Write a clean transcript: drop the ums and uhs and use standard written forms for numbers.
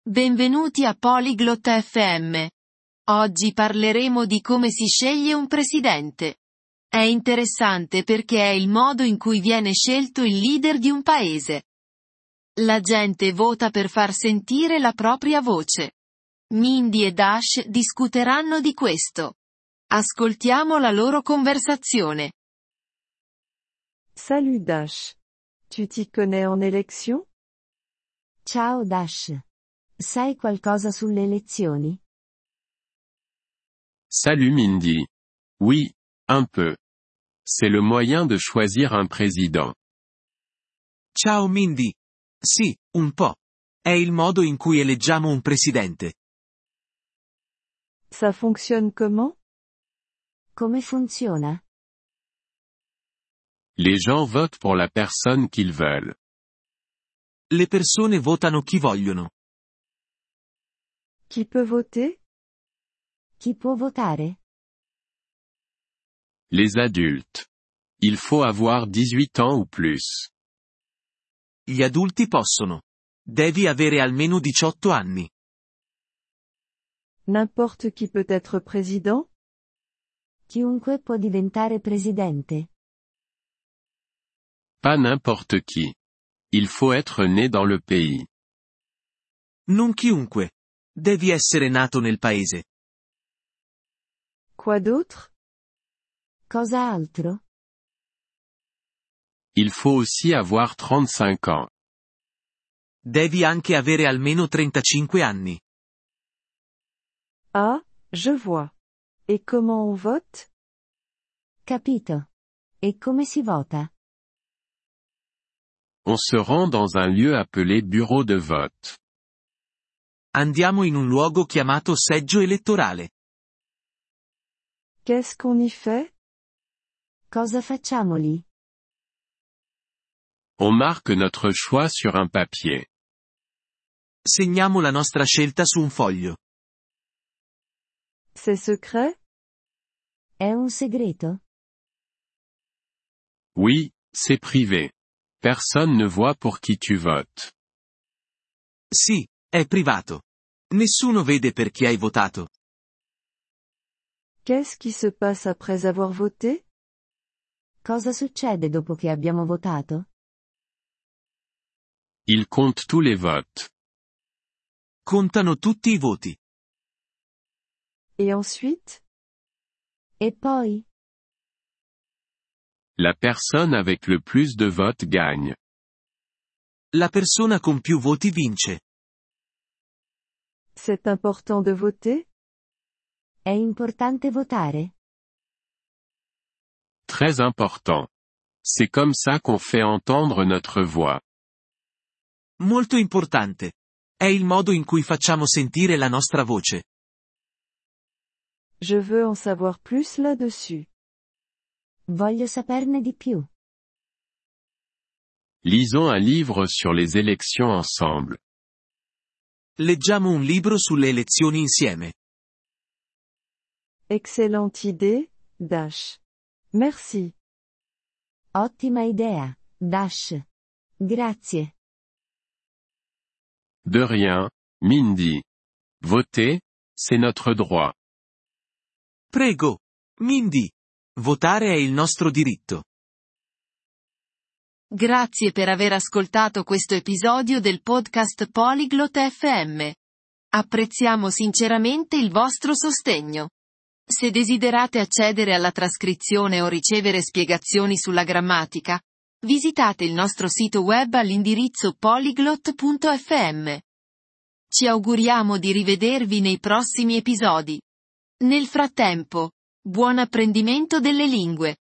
Benvenuti a Polyglot FM. Oggi parleremo di come si sceglie un presidente. È interessante perché è il modo in cui viene scelto il leader di un paese. La gente vota per far sentire la propria voce. Mindy e Dash discuteranno di questo. Ascoltiamo la loro conversazione. Salut Dash. Tu t'y connais en élection? Ciao Dash. Sai qualcosa sulle elezioni? Salut Mindy. Oui, un peu. C'est le moyen de choisir un président. Ciao Mindy. Sì, un po'. È il modo in cui eleggiamo un presidente. Ça fonctionne comment? Come funziona? Les gens votent pour la personne qu'ils veulent. Le persone votano chi vogliono. Qui peut voter? Chi può votare? Les adultes. Il faut avoir 18 ans ou plus. Gli adulti possono. Devi avere almeno 18 anni. N'importe qui peut être président? Chiunque può diventare presidente. Pas n'importe qui. Il faut être né dans le pays. Non chiunque. Devi essere nato nel paese. Quoi d'autre? Cosa altro? Il faut aussi avoir 35 ans. Devi anche avere almeno 35 anni. Ah, je vois. Et comment on vote? Capito. E come si vota? On se rend dans un lieu appelé bureau de vote. Andiamo in un luogo chiamato seggio elettorale. Qu'est-ce qu'on y fait? Cosa facciamo lì? On marque notre choix sur un papier. Segniamo la nostra scelta su un foglio. C'est secret? È un segreto? Oui, c'est privé. Personne ne voit pour qui tu votes. Sì, è privato. Nessuno vede per chi hai votato. Qu'est-ce qui se passe après avoir voté? Cosa succede dopo che abbiamo votato? Il compte tous les votes. Contano tutti i voti. Et ensuite? E poi? La personne avec le plus de votes gagne. La persona con più voti vince. C'est important de voter? È importante votare? Très important. C'est comme ça qu'on fait entendre notre voix. Molto importante. È il modo in cui facciamo sentire la nostra voce. Je veux en savoir plus là-dessus. Voglio saperne di più. Lisons un livre sur les élections ensemble. Leggiamo un libro sulle elezioni insieme. Excellente idée, Dash. Merci. Ottima idea, Dash. Grazie. De rien, Mindy. Voter, c'est notre droit. Prego. Mindy. Votare è il nostro diritto. Grazie per aver ascoltato questo episodio del podcast Polyglot FM. Apprezziamo sinceramente il vostro sostegno. Se desiderate accedere alla trascrizione o ricevere spiegazioni sulla grammatica, visitate il nostro sito web all'indirizzo polyglot.fm. Ci auguriamo di rivedervi nei prossimi episodi. Nel frattempo, buon apprendimento delle lingue.